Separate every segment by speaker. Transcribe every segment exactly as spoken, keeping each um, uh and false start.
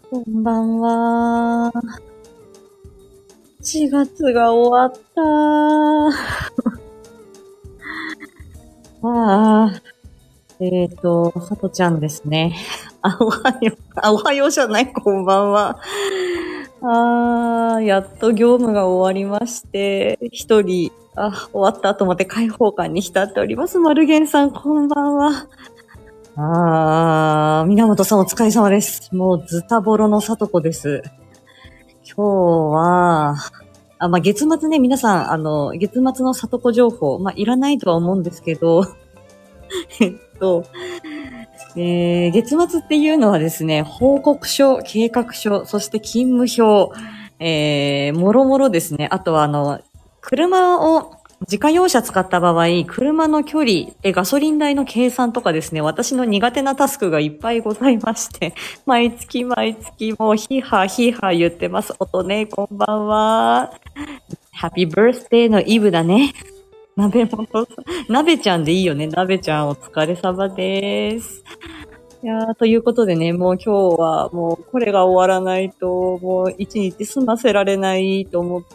Speaker 1: こんばんは。しがつが終わったー。ああ、えっ、ー、と、さとちゃんですね。あ、おはよう。あ、おはようじゃない、こんばんは。ああ、やっと業務が終わりまして、一人、あ、終わったと思って開放感に浸っております。マルゲンさん、こんばんは。ああ、源さんお疲れ様です。もうズタボロのさとこです。今日は、あ、まあ、月末ね、皆さん、あの、月末の里子情報、まあ、いらないとは思うんですけど、えっと、えー、月末っていうのはですね、報告書、計画書、そして勤務表、えー、もろもろですね。あとは、あの、車を、自家用車使った場合、車の距離でガソリン代の計算とかですね、私の苦手なタスクがいっぱいございまして、毎月毎月もうヒーハーヒーハー言ってます。おとね、こんばんは。ハッピーバースデーのイブだね。鍋元さん。鍋ちゃんでいいよね。鍋ちゃんお疲れ様です。いやー、ということでね、もう今日はもうこれが終わらないと、もう一日済ませられないと思って、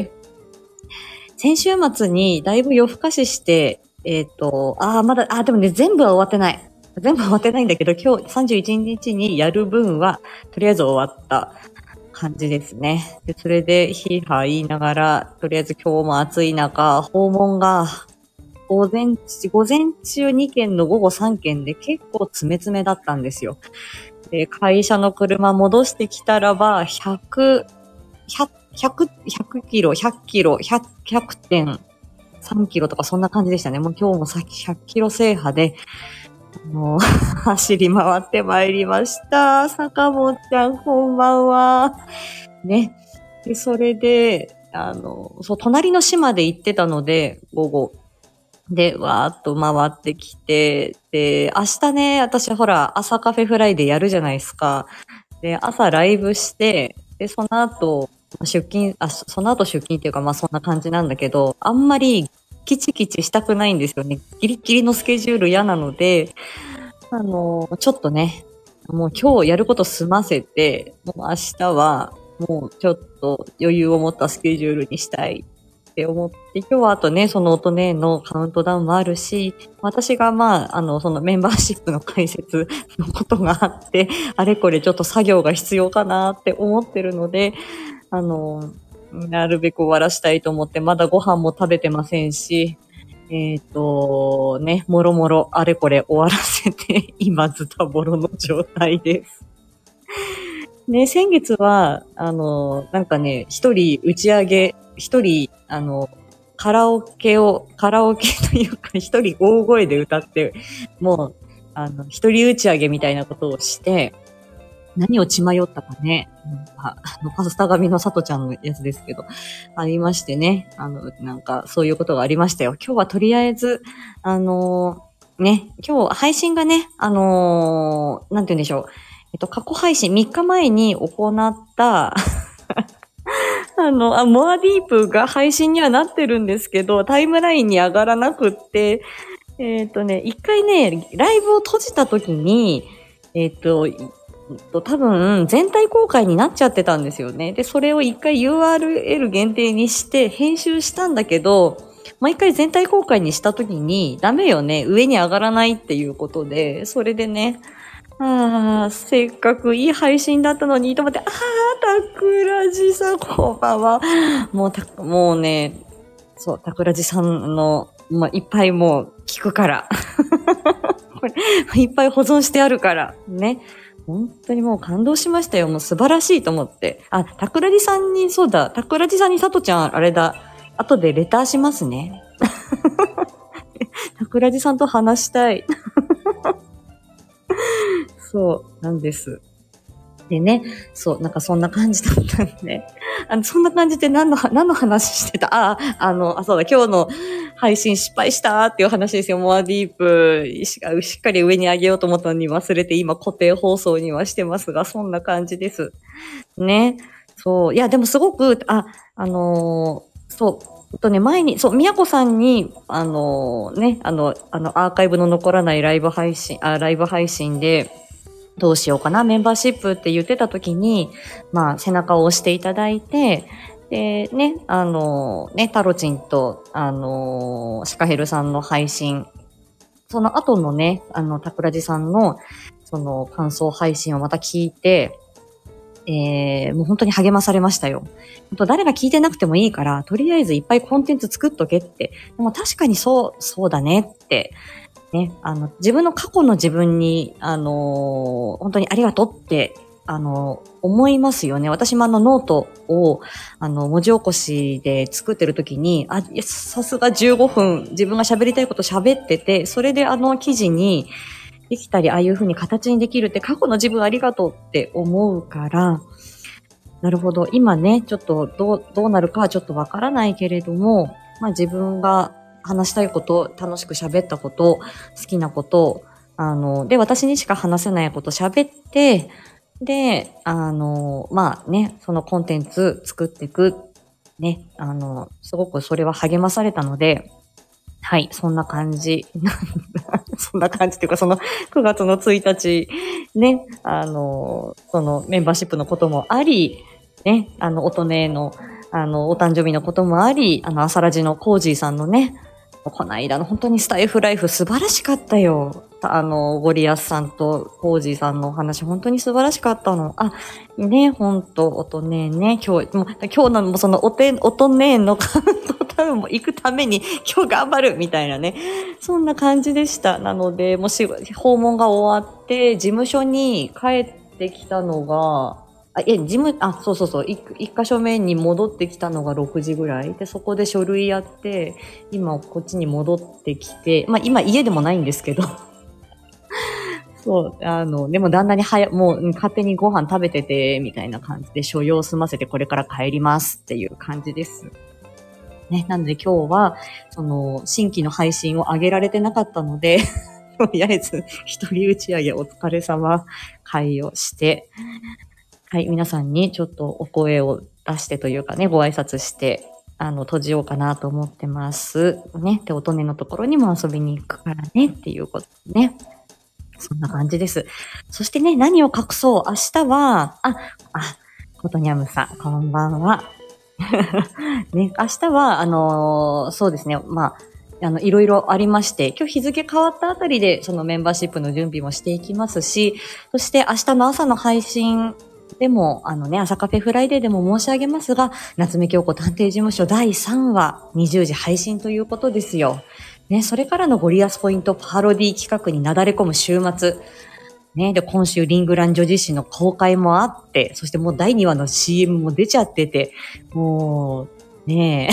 Speaker 1: 先週末にだいぶ夜更かしして、えっ、ー、と、あー、まだ、あー、でもね、全部は終わってない。全部は終わってないんだけど、今日さんじゅういちにちにやる分は、とりあえず終わった感じですね。で、それで、ヒーハー言いながら、とりあえず今日も暑い中、訪問が、午前中、午前中にけんの午後さんけんで結構詰め詰めだったんですよ。で、会社の車戻してきたらば、ひゃく、ひゃく、ひゃく、ひゃくキロ、ひゃくキロ、ひゃく、ひゃくてんさんキロとかそんな感じでしたね。もう今日もさっきひゃくキロ制覇で、もう走り回ってまいりました。坂本ちゃん、こんばんは。ね。で、それで、あの、そう、隣の島で行ってたので、午後。で、わーっと回ってきて、で、明日ね、私ほら、朝カフェフライデーやるじゃないですか。で、朝ライブして、で、その後、出勤、あ、その後出勤っていうか、まあそんな感じなんだけど、あんまりキチキチしたくないんですよね。ギリギリのスケジュール嫌なので、あの、ちょっとね、もう今日やること済ませて、もう明日は、もうちょっと余裕を持ったスケジュールにしたいって思って、今日はあとね、その音ねのカウントダウンもあるし、私がまあ、あの、そのメンバーシップの解説のことがあって、あれこれちょっと作業が必要かなって思ってるので、あの、なるべく終わらしたいと思って、まだご飯も食べてませんし、えっ、ー、と、ね、もろもろあれこれ終わらせて、今ズタボロの状態です。ね、先月は、あの、なんかね、一人打ち上げ、一人、あの、カラオケを、カラオケというか一人大声で歌って、もう、あの、一人打ち上げみたいなことをして、何を血迷ったかね。あの、パスタ髪のさとちゃんのやつですけど、ありましてね。あの、なんか、そういうことがありましたよ。今日はとりあえず、あのー、ね、今日配信がね、あのー、なんて言うんでしょう。えっと、過去配信みっかまえに行ったあの、あ、モアディープが配信にはなってるんですけど、タイムラインに上がらなくって、えっとね、一回ね、ライブを閉じた時に、えっと、多分、全体公開になっちゃってたんですよね。で、それを一回 ユーアールエル 限定にして編集したんだけど、毎回全体公開にした時に、ダメよね、上に上がらないっていうことで、それでね、ああ、せっかくいい配信だったのにと思って、ああ、たくらじさん、こんばんは。もうた、もうね、そう、たくらじさんの、まあ、いっぱいもう聞くから。これ、いっぱい保存してあるから。ね。本当にもう感動しましたよ。もう素晴らしいと思って。あ、たくらじさんに、そうだ、たくらじさんにさとちゃん、あれだ。後でレターしますね。たくらじさんと話したい。そう、なんです。でね、そう、なんかそんな感じだったんで、あの、そんな感じで何の、何の話してたあ、あの、あ、そうだ、今日の配信失敗したっていう話ですよ。モアディープし、しっかり上に上げようと思ったのに忘れて今固定放送にはしてますが、そんな感じです。ね。そう。いや、でもすごく、あ、あのー、そう。とね、前に、そう、みやこさんに、あのー、ね、あの、あの、アーカイブの残らないライブ配信、あ、ライブ配信で、 どうしようかな、メンバーシップって言ってた時に、まあ、背中を押していただいて、で、ね、あの、ね、タロチンと、あの、シカヘルさんの配信、その後のね、あの、タクラジさんの、その、感想配信をまた聞いて、えー、もう本当に励まされましたよ。本当誰が聞いてなくてもいいから、とりあえずいっぱいコンテンツ作っとけって。でも確かにそう、そうだねって。ね、あの、自分の過去の自分に、あのー、本当にありがとうって、あのー、思いますよね。私もあのノートを、あの、文字起こしで作ってる時に、あ、いやさすがじゅうごふん自分が喋りたいこと喋ってて、それであの記事にできたり、ああいう風に形にできるって過去の自分ありがとうって思うから、なるほど。今ね、ちょっとどう、どうなるかはちょっとわからないけれども、まあ自分が話したいこと、楽しく喋ったこと、好きなこと、あの、で、私にしか話せないこと喋って、で、あの、まあね、そのコンテンツ作っていく、ね、あの、すごくそれは励まされたので、はい、そんな感じ。そんな感じっていうか、そのくがつのついたち、ね、あの、そのメンバーシップのこともあり、ね、あの、音音の、あの、お誕生日のこともあり、あの、朝ラジのコージーさんのね、この間の本当にスタイフライフ素晴らしかったよ。あの、ゴリアスさんとコージーさんのお話本当に素晴らしかったの。あ、ね、本当音ねね、今日、もう今日のもそのおて、音ねのカウントダウンも行くために今日頑張るみたいなね。そんな感じでした。なので、もし訪問が終わって事務所に帰ってきたのが、あ、いや、事務、あ、そうそうそう、一一箇所目に戻ってきたのがろくじぐらいで、そこで書類やって、今こっちに戻ってきて、まあ今家でもないんですけど、そう、あの、でも旦那に早、もう勝手にご飯食べてて、みたいな感じで所用済ませてこれから帰りますっていう感じです。ね、なので今日は、その、新規の配信を上げられてなかったので、とりあえず、一人打ち上げお疲れ様会をして、はい、皆さんにちょっとお声を出してというかね、ご挨拶して、あの、閉じようかなと思ってます。ね。で、音音のところにも遊びに行くからね、っていうことね。そんな感じです。そしてね、何を隠そう。明日は、あ、あ、ことにゃむさん、こんばんは。ね、明日は、あのーそうですね、まあ、あの、いろいろありまして、今日日付変わったあたりで、そのメンバーシップの準備もしていきますし、そして明日の朝の配信でも、あのね、朝カフェフライデーでも申し上げますが、夏目京子探偵事務所だいさんわ、にじゅうじ配信ということですよ。ね、それからのゴリアスポイントパロディ企画になだれ込む週末。ね、で、今週リングラン女子誌の公開もあって、そしてもうだいにわの シーエム も出ちゃってて、もう、ね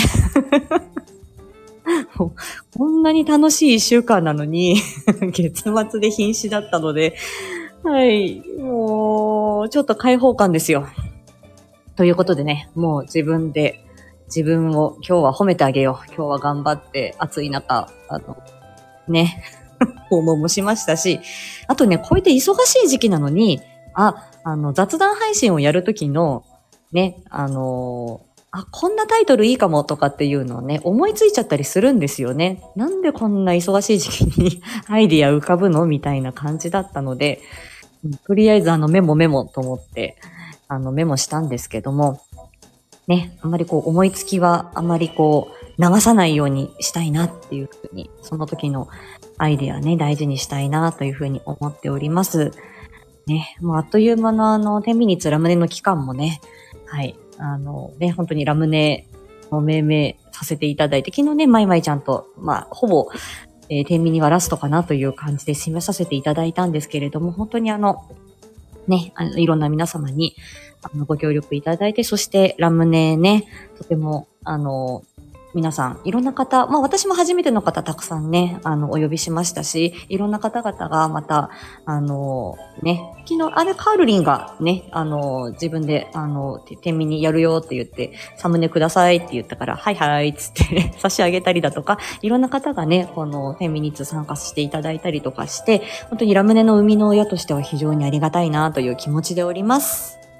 Speaker 1: え、もうこんなに楽しい一週間なのに、月末で瀕死だったので、はい、もう、ちょっと開放感ですよ。ということでね、もう自分で、自分を今日は褒めてあげよう。今日は頑張って暑い中、あの、ね、訪問もしましたし、あとね、こうやって忙しい時期なのに、あ、あの、雑談配信をやるときの、ね、あのあ、こんなタイトルいいかもとかっていうのをね、思いついちゃったりするんですよね。なんでこんな忙しい時期にアイディア浮かぶのみたいな感じだったので、とりあえずあのメモメモと思って、あのメモしたんですけども、ね、あんまりこう思いつきはあんまりこう流さないようにしたいなっていうふうに、その時のアイデアね、大事にしたいなというふうに思っております。ね、もうあっという間のあの、じゅうミニッツラムネの期間もね、はい、あのね、本当にラムネを命名させていただいて、昨日ね、マイマイちゃんと、まあ、ほぼ、えー、天秤はラストかなという感じで締めさせていただいたんですけれども、本当にあの、ね、あの、いろんな皆様に、あの、ご協力いただいて、そしてラムネね、とても、あの、皆さん、いろんな方、まあ私も初めての方たくさんね、あの、お呼びしましたし、いろんな方々がまた、あの、ね、昨日、あれ、カールリンがね、あの、自分で、あの、て天秤にやるよって言って、サムネくださいって言ったから、はいはい、つって差し上げたりだとか、いろんな方がね、このテンミニッツ参加していただいたりとかして、本当にラムネの生みの親としては非常にありがたいなという気持ちでおります。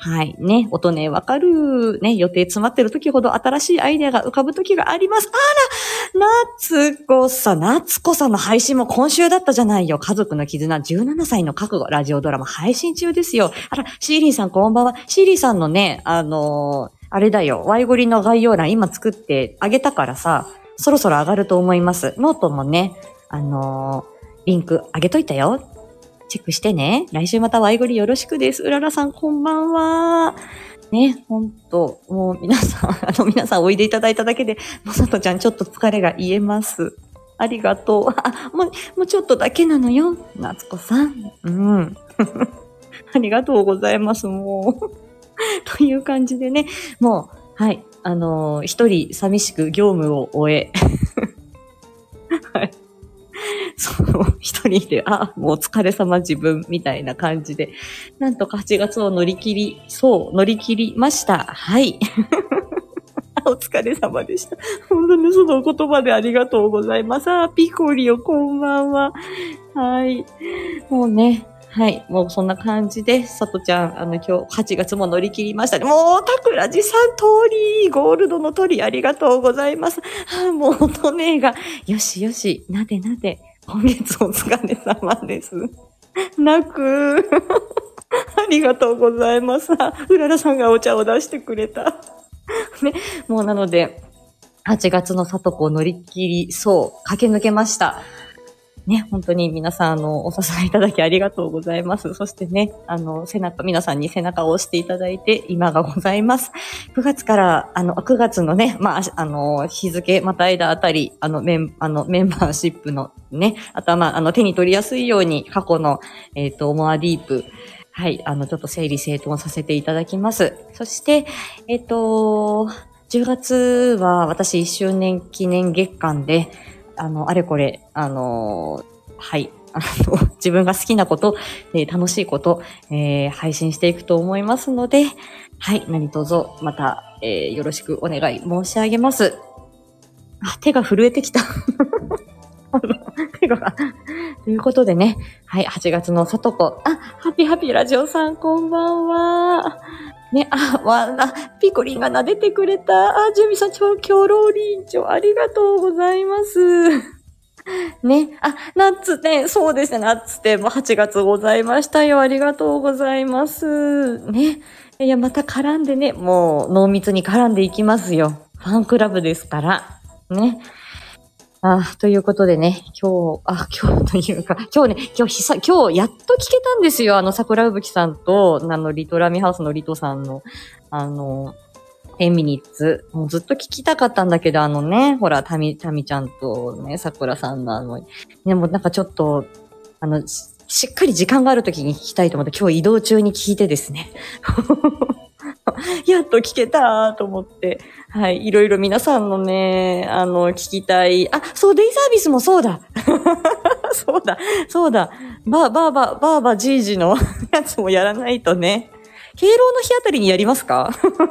Speaker 1: はい。ね。音ね、わかる。ね。予定詰まってる時ほど新しいアイデアが浮かぶ時があります。あら、夏子さん、夏子さんの配信も今週だったじゃないよ。家族の絆、じゅうななさいの覚悟、ラジオドラマ配信中ですよ。あら、シーリーさんこんばんは。シーリーさんのね、あのー、あれだよ。ワイゴリの概要欄今作ってあげたからさ、そろそろ上がると思います。ノートもね、あのー、リンク上げといたよ。チェックしてね。来週またワイゴリよろしくです。うららさんこんばんは。ね、ほんと、もう皆さん、あの皆さんおいでいただいただけで、まさとちゃんちょっと疲れが癒えます。ありがとう。あ、もう、もうちょっとだけなのよ。夏子さん。うん。ありがとうございます、もう。という感じでね、もう、はい、あのー、一人寂しく業務を終え、はい。その一人で、あ、もうお疲れ様自分みたいな感じで、なんとかはちがつを乗り切り、そう、乗り切りました。はい。お疲れ様でした。本当にその言葉でありがとうございます。あ、ピコリオ、こんばんは。はい。もうね、はい。もうそんな感じで、さとちゃん、あの、今日はちがつも乗り切りましたね。もう、たくらじさん、鳥、ゴールドの鳥、ありがとうございます。はあ、もう、音ねが、よしよし、なでなで、今月お疲れ様です。泣く。ありがとうございます。うららさんがお茶を出してくれた。ね、もうなので、はちがつのさとこを乗り切り、そう、駆け抜けました。ね、本当に皆さん、あの、お支えいただきありがとうございます。そしてね、あの、背中、皆さんに背中を押していただいて、今がございます。くがつから、あの、くがつのね、まあ、あの、日付、また間あたり、あの、メン、あの、メンバーシップのね、あとはまあ、あの、手に取りやすいように、過去の、えっと、モアディープ、はい、あの、ちょっと整理整頓させていただきます。そして、えっと、じゅうがつは私いっしゅうねん記念月間で、あの、あれこれ、あの、はい、あの、自分が好きなこと、えー、楽しいこと、えー、配信していくと思いますので、はい、何卒また、えー、よろしくお願い申し上げます。あ、手が震えてきた。手が。ということでね、はい、はちがつのさとこ、あ、ハピハピラジオさんこんばんは。ね、あ、わな、ピコリンが撫でてくれた。あ、ジュミさん、超強労林長、ありがとうございます。ね、あ、ナッツね、そうですね、ナッツってもうはちがつございましたよ。ありがとうございます。ね。いや、また絡んでね、もう濃密に絡んでいきますよ。ファンクラブですから。ね。あ、ということでね、今日、あ、今日というか、今日ね、今日久、今日やっと聞けたんですよ。あの、桜吹さんと、あの、リトラミハウスのリトさんの、あの、じゅうミニッツ。もうずっと聞きたかったんだけど、あのね、ほら、タミ、タミちゃんとね、桜さんのあの、ね、もうなんかちょっと、あの、ししっかり時間がある時に聞きたいと思って、今日移動中に聞いてですね。やっと聞けたと思って。はい。いろいろ皆さんのね、あの、聞きたい。あ、そう、デイサービスもそうだ。そうだ。そうだ。バー、バーバー、バーバージージのやつもやらないとね。敬老の日あたりにやりますか？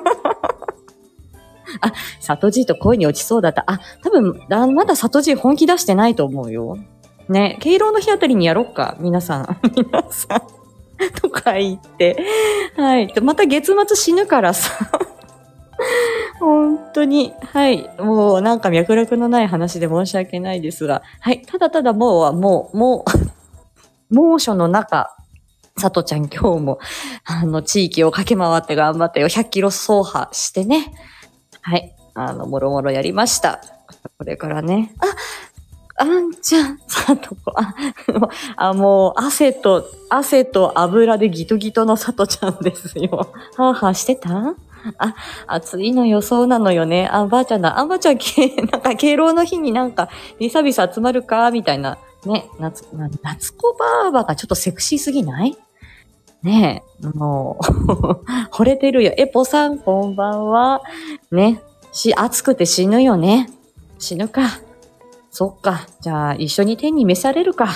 Speaker 1: あ、サトジーと恋に落ちそうだった。あ、多分、まだサトジー本気出してないと思うよ。ね。敬老の日あたりにやろっか。皆さん。皆さん。とか言って。はい。また月末死ぬからさ。本当に。はい。もうなんか脈絡のない話で申し訳ないですが。はい。ただただもう、もう、もう、猛暑の中、さとちゃん今日も、あの、地域を駆け回って頑張ったよ。ひゃっキロ走破してね。はい。あの、もろもろやりました。これからね。あ、あんちゃん、さとこ、あ、あもう、汗と、汗と油でギトギトのさとちゃんですよ。はぁはぁしてた？あ、暑いのよ、そうなのよね。あ、ばあちゃんだ。あ、ばあちゃん、け、なんか、敬老の日になんか、リサビス集まるかみたいな。ね、夏、な、夏子ばあばがちょっとセクシーすぎない？ねえ、もう、惚れてるよ。エポさん、こんばんは。ね、し、暑くて死ぬよね。死ぬか。そっか。じゃあ、一緒に天に召されるか。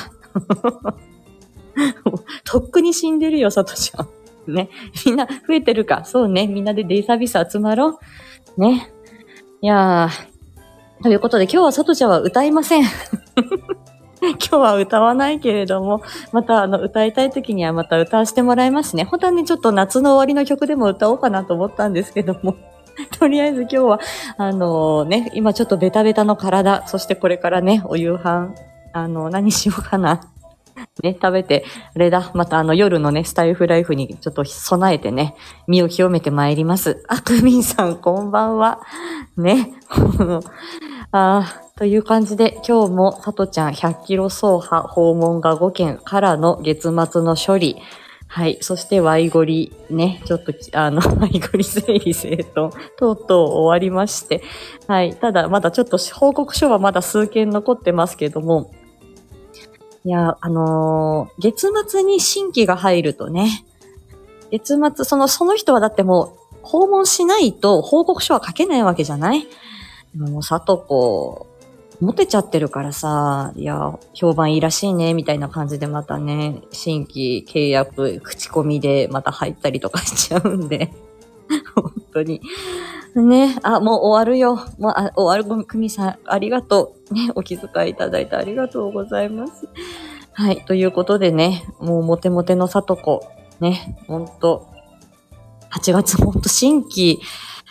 Speaker 1: とっくに死んでるよ、さとちゃん。ね。みんな増えてるか。そうね。みんなでデイサービス集まろう。ね。いやー。ということで、今日はさとちゃんは歌いません。 今日は歌わないけれども、またあの歌いたい時にはまた歌わせてもらいますね。本当はね、ちょっと夏の終わりの曲でも歌おうかなと思ったんですけども。とりあえず今日は、あのね、今ちょっとベタベタの体、そしてこれからね、お夕飯、あの、何しようかな。ね、食べて、あれだ、またあの夜のね、スタイフライフにちょっと備えてね、身を清めてまいります。あくみんさん、こんばんは。ね。あという感じで、今日もさとちゃんひゃっキロ走破訪問がごけんからの月末の処理。はい。そしてワイゴリね、ちょっと、あの、ワイゴリ整理整頓、とうとう終わりまして。はい。ただ、まだちょっと報告書はまだ数件残ってますけども、いや、あのー、月末に新規が入るとね、月末、その、その人はだってもう、訪問しないと報告書は書けないわけじゃない？もう、さとこ、モテちゃってるからさ、いや、評判いいらしいね、みたいな感じでまたね、新規契約、口コミでまた入ったりとかしちゃうんで、本当に。ね、あ、もう終わるよ。もう、あ、終わる、くみさん、ありがとう。ね、お気遣いいただいてありがとうございます。はい、ということでね、もうモテモテのさとこ、ね、ほんと、はちがつほんと新規、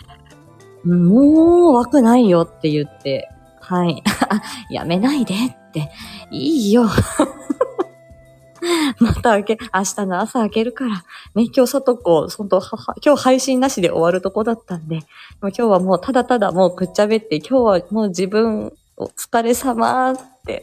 Speaker 1: もう枠ないよって言って、はい。やめないでって。いいよ。また開け、明日の朝開けるから。ね、今日さとこ、そんと、今日配信なしで終わるとこだったんで、もう今日はもうただただもうくっちゃべって、今日はもう自分、お疲れ様って、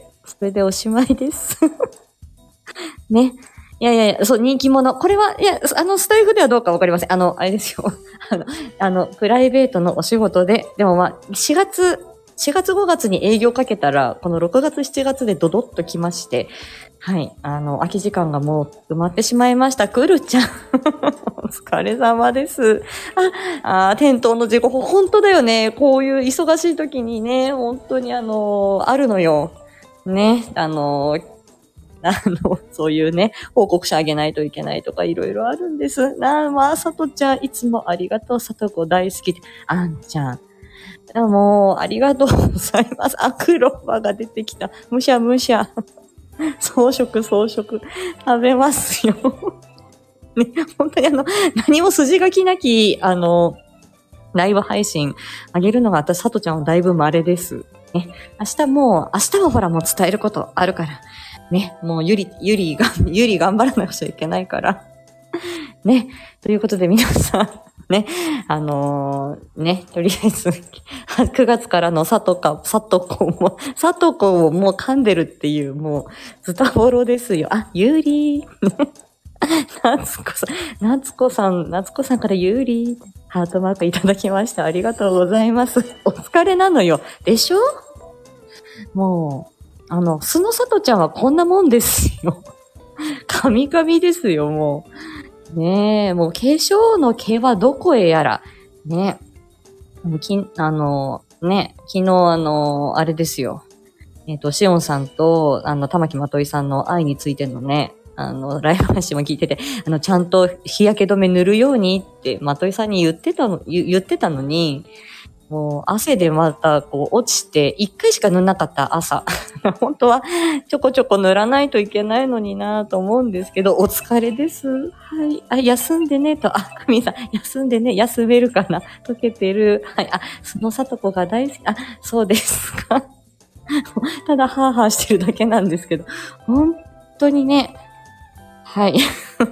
Speaker 1: それでおしまいです。ね。いやいやいや、そう、人気者。これは、いや、あの、スタイフではどうかわかりません。あの、あれですよ。あの、あの、プライベートのお仕事で、でもまあ、しがつ、しがつごがつに営業かけたら、このろくがつしちがつでドドッと来まして、はい、あの、空き時間がもう埋まってしまいました。くるちゃん。お疲れ様です。あ、あ店頭の事故、本当だよね。こういう忙しい時にね、本当にあの、あるのよ。ね、あの、あの、そういうね、報告書あげないといけないとかいろいろあるんです。なあ、まあ、さとちゃん、いつもありがとう。さとこ大好きで。あんちゃん。もう、ありがとうございます。あ、クローバーが出てきた。むしゃむしゃ。装飾装飾。食べますよ。ね、本当にあの、何も筋書きなき、あの、ライブ配信あげるのが私、さとちゃんはだいぶ稀です。ね。明日もう、明日はほらもう伝えることあるから。ね。もうゆり、ゆりが、ゆり頑張らなくちゃいけないから。ね。ということで皆さん、ね。あのー、ね。とりあえず、くがつからのさとか、さとこも、さとこをもう噛んでるっていう、もう、ズタボロですよ。あ、ゆりー。なつこさん、なつこさん、なつこさんからゆりー。ハートマークいただきました。ありがとうございます。お疲れなのよ。でしょ？もう、あの、すのさとちゃんはこんなもんですよ。神々ですよ、もう。ねえ、もう化粧の毛はどこへやら。ね。きあの、ね、昨日あの、あれですよ。えっと、しおんさんと、あの、玉木まといさんの愛についてのね、あの、ライブ配信も聞いてて、あの、ちゃんと日焼け止め塗るようにって、まといさんに言ってたの、言ってたのに、もう汗でまたこう落ちて、一回しか塗んなかった朝。本当はちょこちょこ塗らないといけないのになと思うんですけど、お疲れです。はい。あ、休んでねと。あ、かみさん、休んでね。休めるかな。溶けてる。はい。あ、そのさとこが大好き。あ、そうですか。ただ、ハーハーしてるだけなんですけど、本当にね、はい。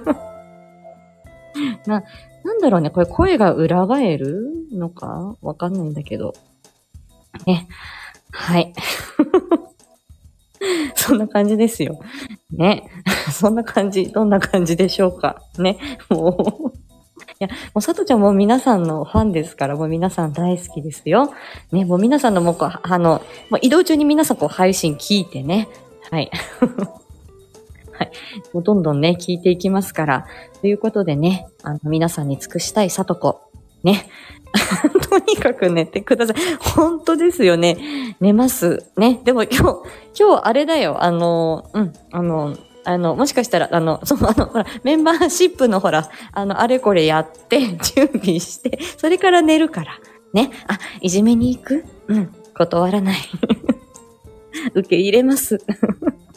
Speaker 1: な、なんだろうね、これ声が裏返るのかわかんないんだけど。ね。はい。そんな感じですよ。ね。そんな感じ、どんな感じでしょうか。ね。もう。いや、もうさとちゃんも皆さんのファンですから、もう皆さん大好きですよ。ね、もう皆さんのもうこう、あの、もう移動中に皆さんこう配信聞いてね。はい。はい。もうどんどんね、聞いていきますから。ということでね、あの、皆さんに尽くしたいさとこ。ね。とにかく寝てください。本当ですよね。寝ます。ね。でも今日、今日あれだよ。あの、うん、あの、あの、もしかしたら、あの、そう、あの、ほら、メンバーシップのほら、あの、あれこれやって、準備して、それから寝るから。ね。あ、いじめに行く？うん、断らない。受け入れます。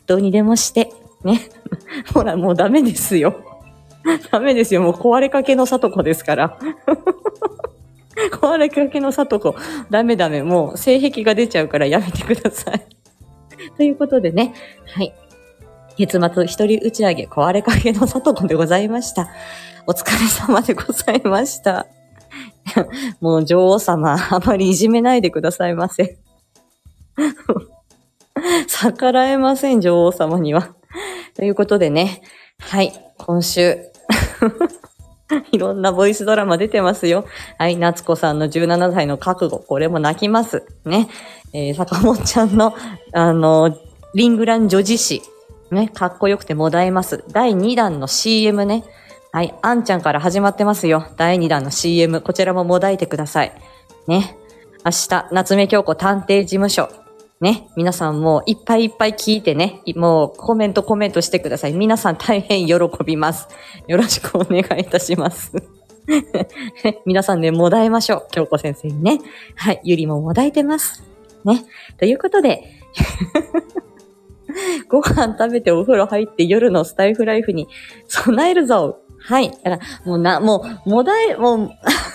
Speaker 1: どうにでもして、ね。ほら、もうダメですよ。ダメですよ。もう壊れかけのさとこですから。壊れかけのさとこ。ダメダメ。もう性癖が出ちゃうからやめてください。ということでね。はい。月末一人打ち上げ壊れかけのさとこでございました。お疲れ様でございました。もう女王様、あまりいじめないでくださいませ。逆らえません、女王様には。ということでね。はい。今週。いろんなボイスドラマ出てますよ。はい。夏子さんのじゅうななさいの覚悟。これも泣きます。ね。えー、坂本ちゃんの、あの、リングラン女子誌。ね。かっこよくてもだえます。だいにだんの シーエム ね。はい。あんちゃんから始まってますよ。だいにだんの シーエム。こちらももだえてください。ね。明日、夏目京子探偵事務所。ね。皆さんもいっぱいいっぱい聞いてね。もうコメントコメントしてください。皆さん大変喜びます。よろしくお願いいたします。皆さんね、もだえましょう。京子先生にね。はい。ゆりももだえてます。ね。ということで、ご飯食べてお風呂入って夜のスタイフライフに備えるぞ。はい。だから、もうな、もう、もだえ、もう、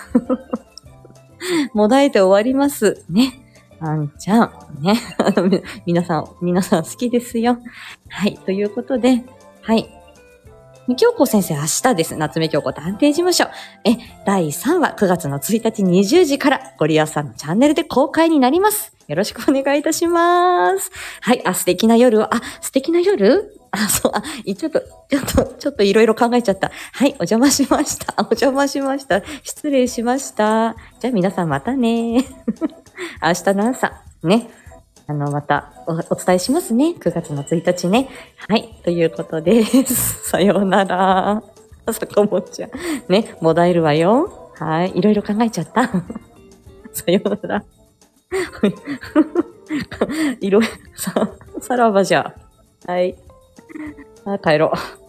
Speaker 1: もだえて終わります。ね。あんちゃん。ね。あの、皆さん、皆さん好きですよ。はい。ということで、はい。京子先生明日です。夏目京子探偵事務所。え、だいさんわくがつのついたちにじゅうじからゴリアスさんのチャンネルで公開になります。よろしくお願いいたします。はい。あ、素敵な夜を、あ、素敵な夜あ、そう、あ、ちょっと、ちょっと、ちょっといろいろ考えちゃった。はい。お邪魔しました。お邪魔しました。失礼しました。じゃあ皆さんまたね。明日の朝、ね。あの、またお、お伝えしますね。くがつのついたちね。はい。ということです。さようなら。坂本ちゃん。ね。もだえるわよ。はい。いろいろ考えちゃった。さようなら。いろいろ、さ、さらばじゃ。はい。あ、帰ろう。